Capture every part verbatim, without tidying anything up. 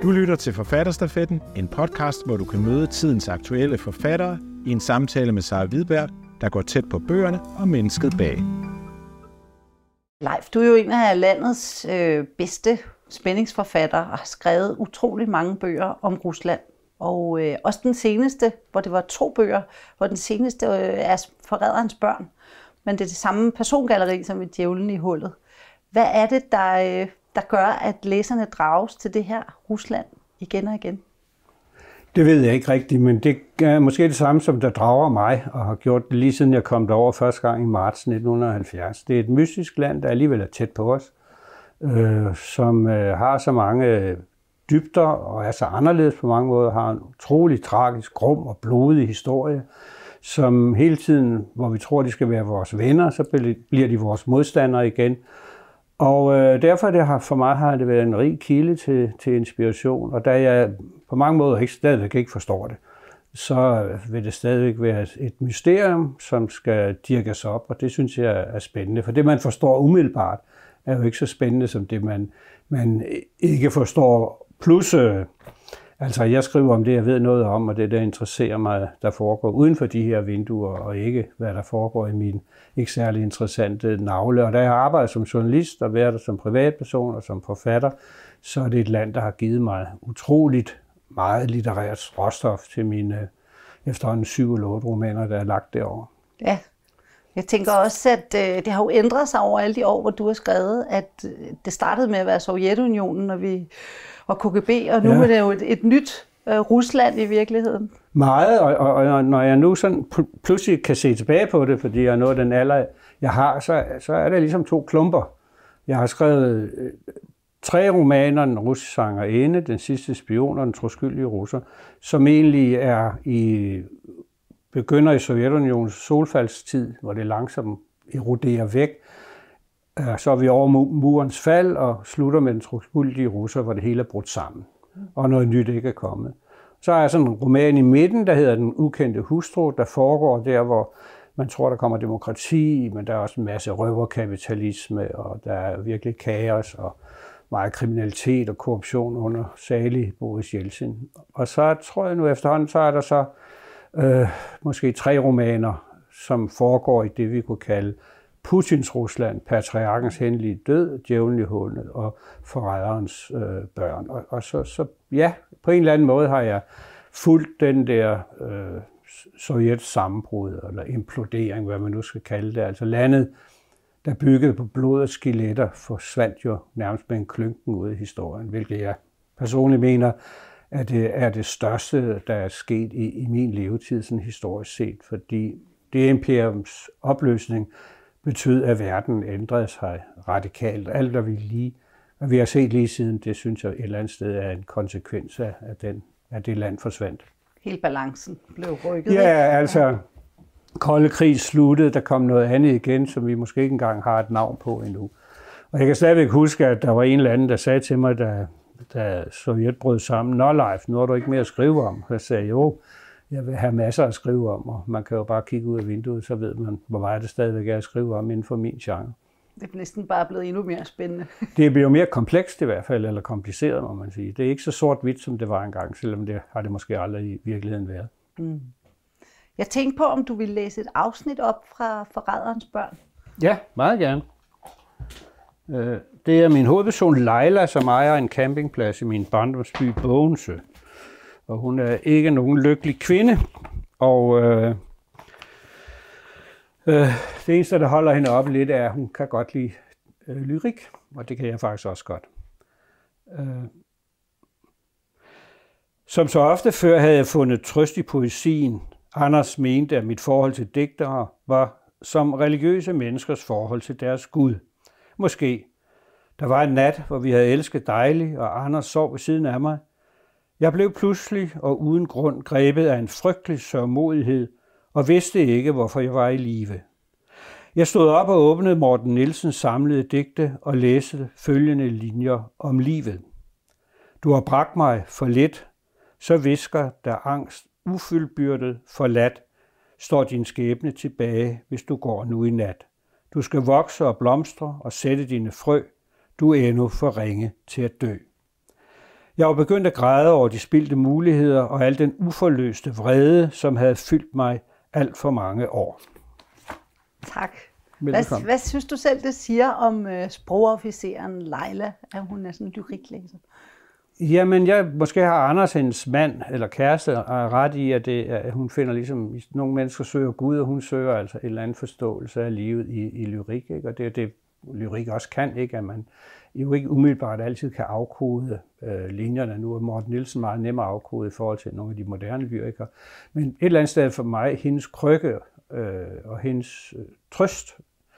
Du lytter til Forfatterstafetten, en podcast, hvor du kan møde tidens aktuelle forfattere i en samtale med Sara Hvidberg, der går tæt på bøgerne og mennesket bag. Leif, du er jo en af landets øh, bedste spændingsforfattere og har skrevet utrolig mange bøger om Rusland. Og øh, også den seneste, hvor det var to bøger, hvor den seneste øh, er Forræderens børn. Men det er det samme persongalleri som i Djævlen i hullet. Hvad er det, der, øh, der gør, at læserne drages til det her Rusland igen og igen? Det ved jeg ikke rigtigt, men det er måske det samme, som der drager mig, og har gjort det lige siden jeg kom derover første gang i marts nitten halvfjerds. Det er et mystisk land, der alligevel er tæt på os, øh, som øh, har så mange dybder og er så anderledes på mange måder, har en utrolig tragisk, grum og blodig historie, som hele tiden, hvor vi tror, de skal være vores venner, så bliver de vores modstandere igen. Og øh, derfor det har, for mig har det været en rig kilde til, til inspiration, og da jeg på mange måder ikke, stadigvæk ikke forstår det, så vil det stadigvæk være et mysterium, som skal dirkes op, og det synes jeg er spændende. For det, man forstår umiddelbart, er jo ikke så spændende som det, man, man ikke forstår. Plus, øh, altså jeg skriver om det, jeg ved noget om, og det, der interesserer mig, der foregår uden for de her vinduer, og ikke hvad der foregår i min ikke særlig interessante navle. Og da jeg arbejder som journalist og været der som privatperson og som forfatter, så er det et land, der har givet mig utroligt meget litterært råstof til mine efterhånden syv eller otte romaner, der er lagt derovre. Ja, jeg tænker også, at øh, det har jo ændret sig over alle de år, hvor du har skrevet, at øh, det startede med at være Sovjetunionen og, vi, og K G B, og nu ja. er det jo et, et nyt øh, Rusland i virkeligheden. Meget, og, og, og når jeg nu sådan pludselig kan se tilbage på det, fordi jeg er nået den alder, jeg har, så, så er det ligesom to klumper. Jeg har skrevet øh, tre romaner, Den russiske sangerinde, Den sidste spion og Den troskyldige russer, som egentlig er i begynder i Sovjetunionens solfaldstid, hvor det langsomt eroderer væk. Så er vi over murens fald og slutter med Den troskyldige russer, hvor det hele er brudt sammen, og noget nyt ikke er kommet. Så er sådan en roman i midten, der hedder Den ukendte hustru, der foregår der, hvor man tror, der kommer demokrati, men der er også en masse røverkapitalisme, og der er virkelig kaos og meget kriminalitet og korruption under salig Boris Jeltsin. Og så tror jeg nu efterhånden, så er der så øh, måske tre romaner, som foregår i det, vi kunne kalde Putins Rusland, Patriarkens hændelige død, Djævlen i hullet og Forræderens øh, børn. Og, og så, så ja, på en eller anden måde har jeg fulgt den der øh, sovjets sammenbrud, eller implodering, hvad man nu skal kalde det. Altså landet, der byggede på blod og skeletter, forsvandt jo nærmest med en klynken ud i historien, hvilket jeg personligt mener, at det er det største, der er sket i, i min levetid, sådan historisk set, fordi det imperiums opløsning betød, at verden ændrede sig radikalt. Alt, hvad vi, lige, hvad vi har set lige siden, det synes jeg et eller andet sted er en konsekvens af, den, at det land forsvandt. Hele balancen blev rykket. Ja, altså, kolde krig sluttede, der kom noget andet igen, som vi måske ikke engang har et navn på endnu. Og jeg kan stadigvæk huske, at der var en eller anden, der sagde til mig, da, da Sovjet brød sammen, "Nå Leif, nu har du ikke mere at skrive om." Jeg sagde, jo, jeg vil have masser at skrive om, og man kan jo bare kigge ud af vinduet, så ved man, hvor meget det stadigvæk er at skrive om inden for min genre. Det er næsten bare blevet endnu mere spændende. Det bliver mere komplekst i hvert fald, eller kompliceret, må man sige. Det er ikke så sort-hvidt, som det var engang, selvom det har det måske aldrig i virkeligheden været. Mm. Jeg tænkte på, om du ville læse et afsnit op fra Forræderens børn. Ja, meget gerne. Det er min hovedperson Leila, som ejer en campingplads i min barndomsby Bogense. Og hun er ikke nogen lykkelig kvinde, og øh, øh, det eneste, der holder hende op lidt, er, at hun kan godt lide øh, lyrik, og det kan jeg faktisk også godt. Øh. Som så ofte før havde jeg fundet trøst i poesien. Anders mente, at mit forhold til digtere var som religiøse menneskers forhold til deres Gud. Måske. Der var en nat, hvor vi havde elsket dejligt, og Anders sov ved siden af mig. Jeg blev pludselig og uden grund grebet af en frygtelig sørgmodighed og vidste ikke, hvorfor jeg var i live. Jeg stod op og åbnede Morten Nielsens samlede digte og læste følgende linjer om livet. Du har bragt mig for lidt, så visker der angst, ufuldbyrdet, forladt, står din skæbne tilbage, hvis du går nu i nat. Du skal vokse og blomstre og sætte dine frø, du er endnu for ringe til at dø. Jeg var begyndt at græde over de spildte muligheder og al den uforløste vrede, som havde fyldt mig alt for mange år. Tak. Hvad, hvad synes du selv, det siger om øh, sprogofficeren Leila, at hun er sådan en lyriklæser? Jamen, jeg måske har Anders, hendes mand eller kæreste, er ret i, at, det, at hun finder ligesom, nogle mennesker søger Gud, og hun søger altså en eller anden forståelse af livet i, i lyrik. Ikke? Og det er det, lyrik også kan, ikke? At man jo ikke umiddelbart altid kan afkode øh, linjerne. Nu er Morten Nielsen meget nemmere afkode i forhold til nogle af de moderne lyrikere. Men et eller andet sted for mig, hendes krykke øh, og hendes øh, trøst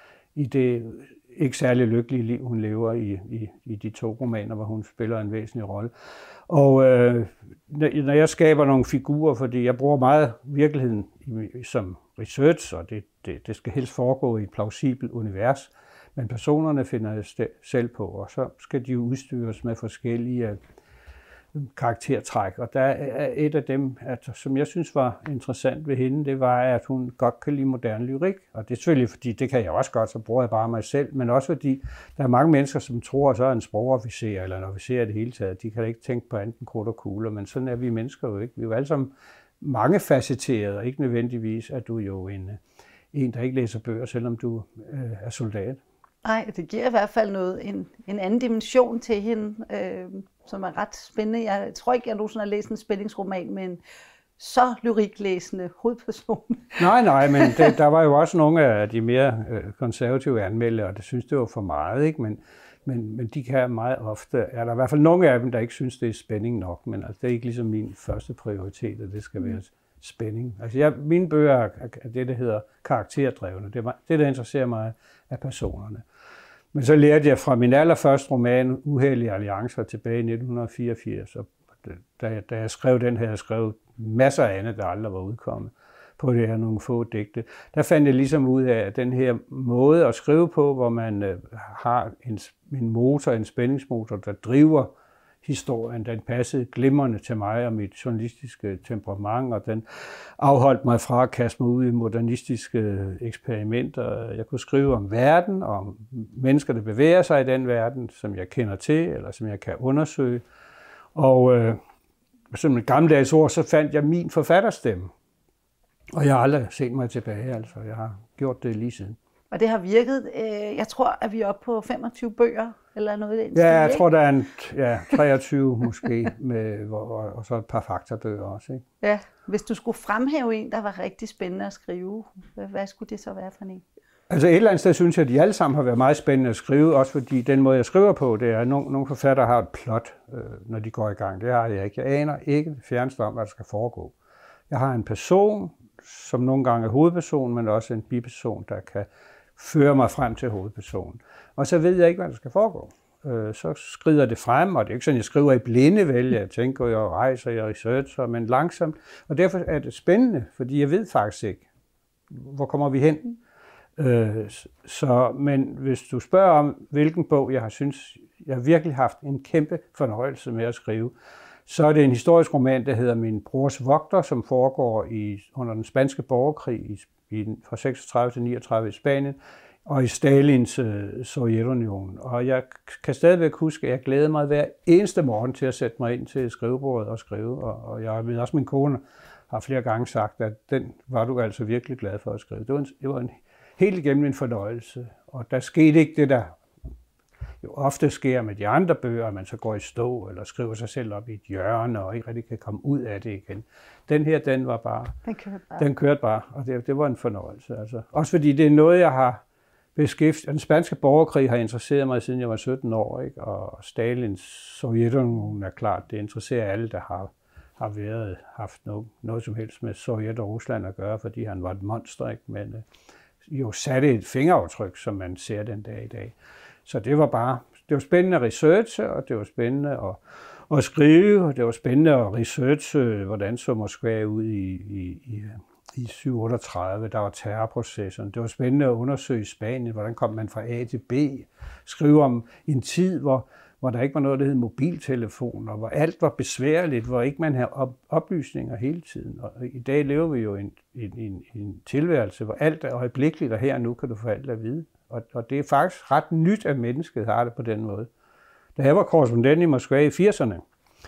i det ikke særlig lykkelige liv, hun lever i, i, i de to romaner, hvor hun spiller en væsentlig rolle. Og øh, når jeg skaber nogle figurer, fordi jeg bruger meget virkeligheden i, som research, og det, det, det skal helst foregå i et plausibelt univers, men personerne finder jeg selv på, og så skal de jo udstyres med forskellige karaktertræk. Og der er et af dem, at, som jeg synes var interessant ved hende, det var, at hun godt kan lide moderne lyrik. Og det er selvfølgelig, fordi det kan jeg også godt, så bruger jeg bare mig selv, men også fordi der er mange mennesker, som tror, at så er en sprogofficer eller en officer i det hele taget. De kan da ikke tænke på andet end krudt og kugler, men sådan er vi mennesker jo ikke. Vi er jo alle sammen mangefacetterede, og ikke nødvendigvis, at du er jo en, en, der ikke læser bøger, selvom du øh, er soldat. Nej, det giver i hvert fald noget, en, en anden dimension til hende, øh, som er ret spændende. Jeg tror ikke, jeg nogensinde har læst en spændingsroman med en så lyriklæsende hovedperson. Nej, nej, men det, der var jo også nogle af de mere øh, konservative anmeldere, og det synes det var for meget, ikke? Men, men, men de kan meget ofte, er der i hvert fald nogle af dem, der ikke synes, det er spænding nok, men altså, det er ikke ligesom min første prioritet, at det skal være spænding. Altså, jeg, mine bøger er, er det, der hedder karakterdrevne. Det er det, der interesserer mig af personerne. Men så lærte jeg fra min allerførste roman, Uhellige Alliancer, tilbage i nitten fireogfirs. Og da, da jeg skrev den her, jeg skrev masser af andet, der aldrig var udkommet på det her nogle få digte. Der fandt jeg ligesom ud af, at den her måde at skrive på, hvor man øh, har en, en motor, en spændingsmotor, der driver historien, den passede glimrende til mig og mit journalistiske temperament, og den afholdt mig fra at kaste mig ud i modernistiske eksperimenter. Jeg kunne skrive om verden, om mennesker, der bevæger sig i den verden, som jeg kender til, eller som jeg kan undersøge. Og øh, som et gammeldags ord, så fandt jeg min forfatterstemme. Og jeg har aldrig set mig tilbage, altså. Jeg har gjort det lige siden. Og det har virket. Jeg tror, at vi er oppe på femogtyve bøger, eller noget i den stil, Ja, jeg tror, der er en, ja, treogtyve måske, med, og, og så et par faktabøger også. Ikke? Ja, hvis du skulle fremhæve en, der var rigtig spændende at skrive, hvad skulle det så være for en? Altså et eller andet sted synes jeg, at de alle sammen har været meget spændende at skrive, også fordi den måde, jeg skriver på, det er, at nogle, nogle forfattere har et plot, øh, når de går i gang. Det har jeg ikke. Jeg aner ikke fjernest om, hvad der skal foregå. Jeg har en person, som nogle gange er hovedperson, men også en biperson, der kan føre mig frem til hovedpersonen. Og så ved jeg ikke, hvad der skal foregå. Øh, så skrider det frem, og det er ikke sådan, jeg skriver i blinde vælge. Jeg tænker, jeg rejser, jeg researcher, men langsomt. Og derfor er det spændende, fordi jeg ved faktisk ikke, hvor kommer vi hen. Øh, så, men hvis du spørger om, hvilken bog jeg har synes, jeg har virkelig haft en kæmpe fornøjelse med at skrive, så er det en historisk roman, der hedder Min brors vogter, som foregår i, under den spanske borgerkrig i, i, fra seksogtredive til niogtredive i Spanien, og i Stalins uh, Sovjetunion. Og jeg kan stadigvæk huske, at jeg glædede mig hver eneste morgen til at sætte mig ind til skrivebordet og skrive. Og, og jeg ved også, min kone har flere gange sagt, at den var du altså virkelig glad for at skrive. Det var en, det var en helt igennem en fornøjelse. Og der skete ikke det, der jo ofte sker med de andre bøger, at man så går i stå eller skriver sig selv op i et hjørne og ikke rigtig kan komme ud af det igen. Den her, den var bare... Den kørte bare. Den kørte bare, og det, det var en fornøjelse. Altså. Også fordi det er noget, jeg har beskæftiget. Den spanske borgerkrig har interesseret mig, siden jeg var sytten år, ikke? Og Stalins Sovjetunion er klart, det interesserer alle, der har, har været, haft noget, noget som helst med Sovjet og Rusland at gøre, fordi han var et monster, ikke? Men øh, jo satte et fingeraftryk, som man ser den dag i dag. Så det var bare, det var spændende at researche, og det var spændende at, at skrive, og det var spændende at researche, hvordan så Moskva ud i, i, i, i syv otteogtredive, der var terrorprocessen. Det var spændende at undersøge Spanien, hvordan kom man fra A til B, skrive om en tid, hvor, hvor der ikke var noget, der hed mobiltelefoner, hvor alt var besværligt, hvor ikke man havde op, oplysninger hele tiden. Og i dag lever vi jo i en, en, en, en tilværelse, hvor alt er øjeblikkeligt, og her og nu kan du få alt at vide. Og, og det er faktisk ret nyt, at mennesket har det på den måde. Da jeg var korrespondent i Moskva i firserne,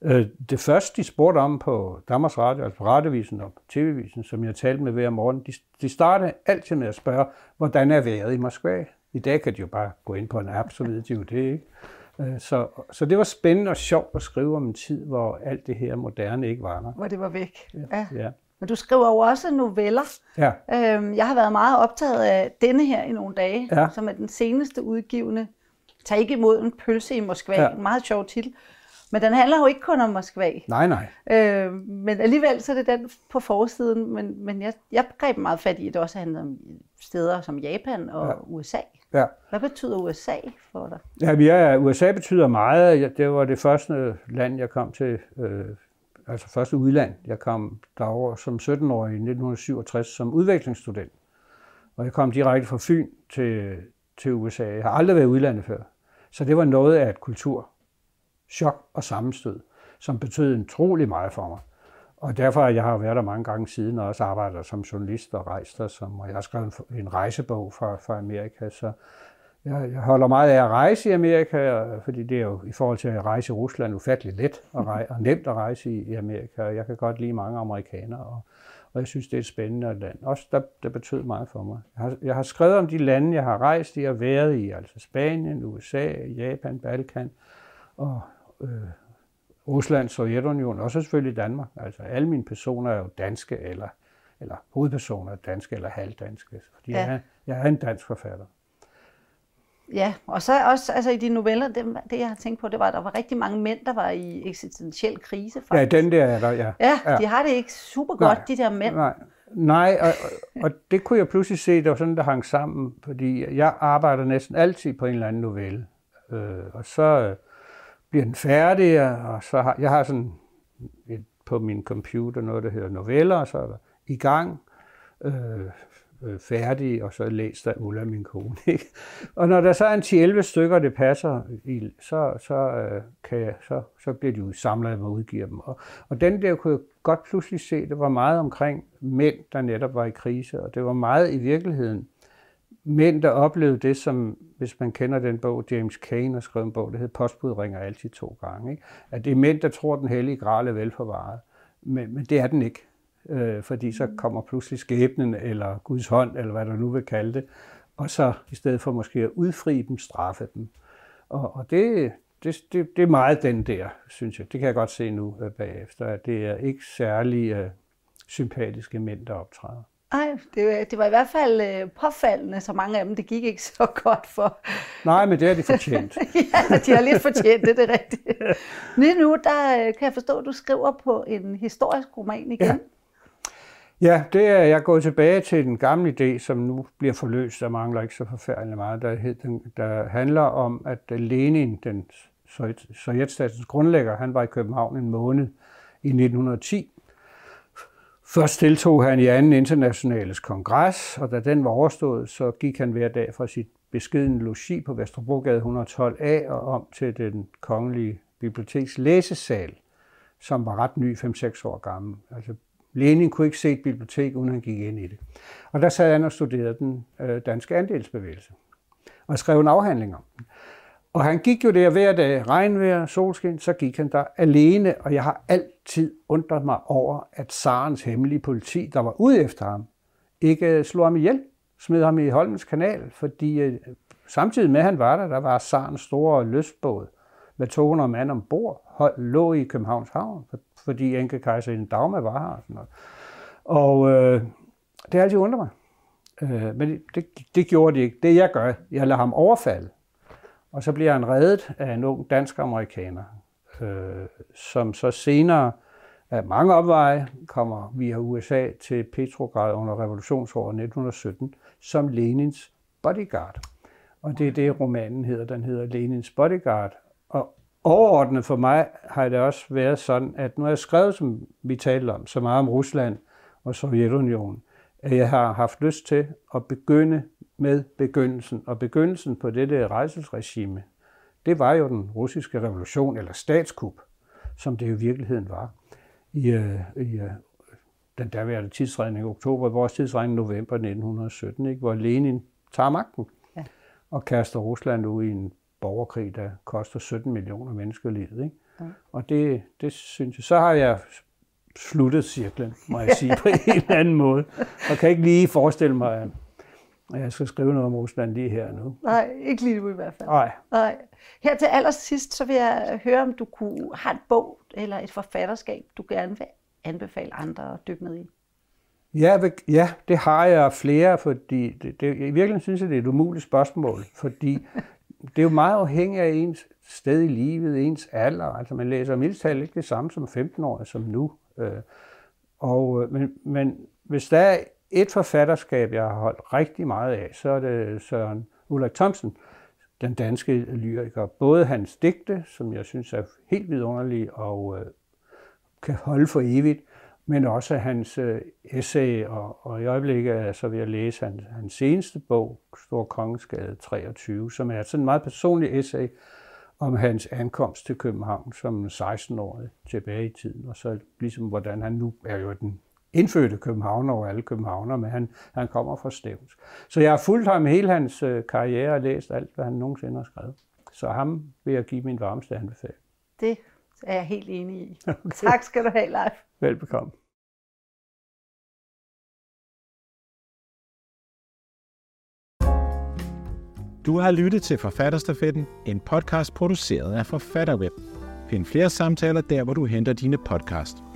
Det første, de spurgte om på Danmarks Radio, altså på Radioavisen og T V-avisen, som jeg talte med hver morgen, de, de startede altid med at spørge, hvordan er vejret i Moskva? I dag kan de jo bare gå ind på en app, så ved de jo det, ikke? Så, så det var spændende og sjovt at skrive om en tid, hvor alt det her moderne ikke var der. Hvor det var væk. Ja. Ja. Ja. Men du skriver jo også noveller. Ja. Jeg har været meget optaget af denne her i nogle dage, ja. som er den seneste udgivne. Tag ikke imod en pølse i Moskva. Ja. En meget sjov titel. Men den handler jo ikke kun om Moskva. Nej, nej. Øh, men alligevel så er det den på forsiden. Men, men jeg, jeg greb meget fat i, at det også handler om steder som Japan og ja. U S A. Ja. Hvad betyder U S A for dig? Ja, ja, U S A betyder meget. Det var det første land, jeg kom til, øh, altså første udland. Jeg kom derover som sytten-årig i nitten syvogtres som udvekslingsstudent. Og jeg kom direkte fra Fyn til, til U S A. Jeg har aldrig været i udlandet før. Så det var noget af et kulturchok og sammenstød, som betød utrolig meget for mig. Og derfor har jeg været der mange gange siden, og også arbejdet som journalist og rejst der, som, og jeg har skrevet en, en rejsebog fra, fra Amerika. Så jeg, jeg holder meget af at rejse i Amerika, fordi det er jo i forhold til at rejse i Rusland ufatteligt let og, rej, og nemt at rejse i, i Amerika. Og jeg kan godt lide mange amerikanere, og, og jeg synes, det er et spændende land. Også der, det betød meget for mig. Jeg har, jeg har skrevet om de lande, jeg har rejst i og været i, altså Spanien, U S A, Japan, Balkan og øh, Rusland, Sovjetunionen, og så selvfølgelig Danmark. Altså alle mine personer er jo danske, eller, eller hovedpersoner er danske eller halvdanske. Fordi ja. jeg, jeg er en dansk forfatter. Ja, og så også altså i de noveller, det, det jeg har tænkt på, det var, at der var rigtig mange mænd, der var i eksistentiel krise. Faktisk. Ja, den der er der, ja. Ja, ja. De har det ikke super godt, nej, de der mænd. Nej, nej og, og det kunne jeg pludselig se, det var sådan, der hang sammen, fordi jeg arbejder næsten altid på en eller anden novelle. Øh, og så øh, bliver den færdig, og så har jeg har sådan et, på min computer noget, der hedder noveller, og så er der i gang. Øh, færdig, og så læst af Ulla, min kone. Ikke? Og når der så er en ti til elleve stykker, det passer i, så, så, kan jeg, så, så bliver de jo samlet og udgiver dem. Og, og den der kunne jeg godt pludselig se, det var meget omkring mænd, der netop var i krise, og det var meget i virkeligheden mænd, der oplevede det, som, hvis man kender den bog, James Cain har skrevet en bog, der hedder Postbud ringer altid to gange. Ikke? At det er mænd, der tror, at den hellige gral er velforvaret. Men, men det er den ikke. Øh, fordi så kommer pludselig skæbnen, eller Guds hånd, eller hvad du nu vil kalde det, og så i stedet for måske at udfri dem, straffe dem. Og, og det, det, det, det er meget den der, synes jeg. Det kan jeg godt se nu øh, bagefter, at det er ikke særlig øh, sympatiske mænd, der optræder. Nej, det, det var i hvert fald øh, påfaldende, så mange af dem, det gik ikke så godt for. Nej, men det har de fortjent. Ja, de har lidt fortjent det, det er rigtigt. Lige nu, der kan jeg forstå, at du skriver på en historisk roman igen. Ja. Ja, det er jeg gået tilbage til den gamle idé, som nu bliver forløst, der mangler ikke så forfærdeligt meget, der, der handler om, at Lenin, den sovjetstatens grundlægger, han var i København en måned i nitten ti. Først deltog han i anden internationales kongres, og da den var overstået, så gik han hver dag fra sit beskedne logi på Vesterbrogade et hundrede og tolv A og om til den kongelige biblioteks læsesal, som var ret ny, fem til seks år gammel. Altså, Lenin kunne ikke se et bibliotek, uden han gik ind i det. Og der sad han og studerede den øh, danske andelsbevægelse, og skrev en afhandling om den. Og han gik jo der hver dag, regnvejr, solskin, så gik han der alene, og jeg har altid undret mig over, at zarens hemmelige politi, der var ude efter ham, ikke slog ham ihjel, smed ham i Holmens Kanal, fordi øh, samtidig med, at han var der, der var zarens store lystbåd med to hundrede mand ombord, lå i Københavns Havn, fordi enkekejserinde Dagmar var her. Og, sådan noget. og øh, det har altid undret mig. Øh, men det, det gjorde de ikke. Det jeg gør, jeg lader ham overfalde. Og så bliver han reddet af en ung dansk-amerikaner, øh, som så senere af mange opveje kommer via U S A til Petrograd under revolutionsåret nitten sytten som Lenins bodyguard. Og det er det, romanen hedder. Den hedder Lenins bodyguard. Og overordnet for mig har det også været sådan, at nu har jeg skrevet, som vi talte om, så meget om Rusland og Sovjetunionen, at jeg har haft lyst til at begynde med begyndelsen. Og begyndelsen på dette rejselsregime, det var jo den russiske revolution, eller statskup, som det i virkeligheden var. I, i den derværende tidsregning i oktober, vores tidsregning november nitten sytten, ikke, hvor Lenin tager magten ja. og kaster Rusland ud i en borgerkrig, der koster sytten millioner menneskeliv. Ikke? Ja. Og det, det synes jeg, så har jeg sluttet cirklen, må jeg sige, på en eller anden måde. Og kan ikke lige forestille mig, at jeg skal skrive noget om Rusland lige her nu. Nej, ikke lige nu i hvert fald. Nej. Nej. Her til allersidst, så vil jeg høre, om du kunne have en bog eller et forfatterskab, du gerne vil anbefale andre at dykke ned i. Ja, ja, det har jeg flere, fordi det, det, i virkeligheden synes jeg, det er et umuligt spørgsmål, fordi det er jo meget afhængigt af ens sted i livet, ens alder. Altså man læser mildest talt ikke det samme som femten-årig som nu. Og, men, men hvis der er et forfatterskab, jeg har holdt rigtig meget af, så er det Søren Ulrik Thomsen, den danske lyriker. Både hans digte, som jeg synes er helt vidunderlige og øh, kan holde for evigt, men også hans øh, essay, og, og i øjeblikket er jeg så ved at læse hans, hans seneste bog, Stor Kongensgade treogtyve, som er sådan en meget personlig essay om hans ankomst til København som seksten-årig tilbage i tiden, og så ligesom hvordan han nu er jo den indfødte københavner over alle københavner, men han, han kommer fra Stevns. Så jeg har fulgt ham hele hans øh, karriere og læst alt, hvad han nogensinde har skrevet. Så ham vil jeg give min varmeste anbefaling. Det er jeg helt enig i. Okay. Tak skal du have, Leif. Velbekomme. Du har lyttet til Forfatterstafetten, en podcast produceret af Forfatterweb. Find flere samtaler der, hvor du henter dine podcast.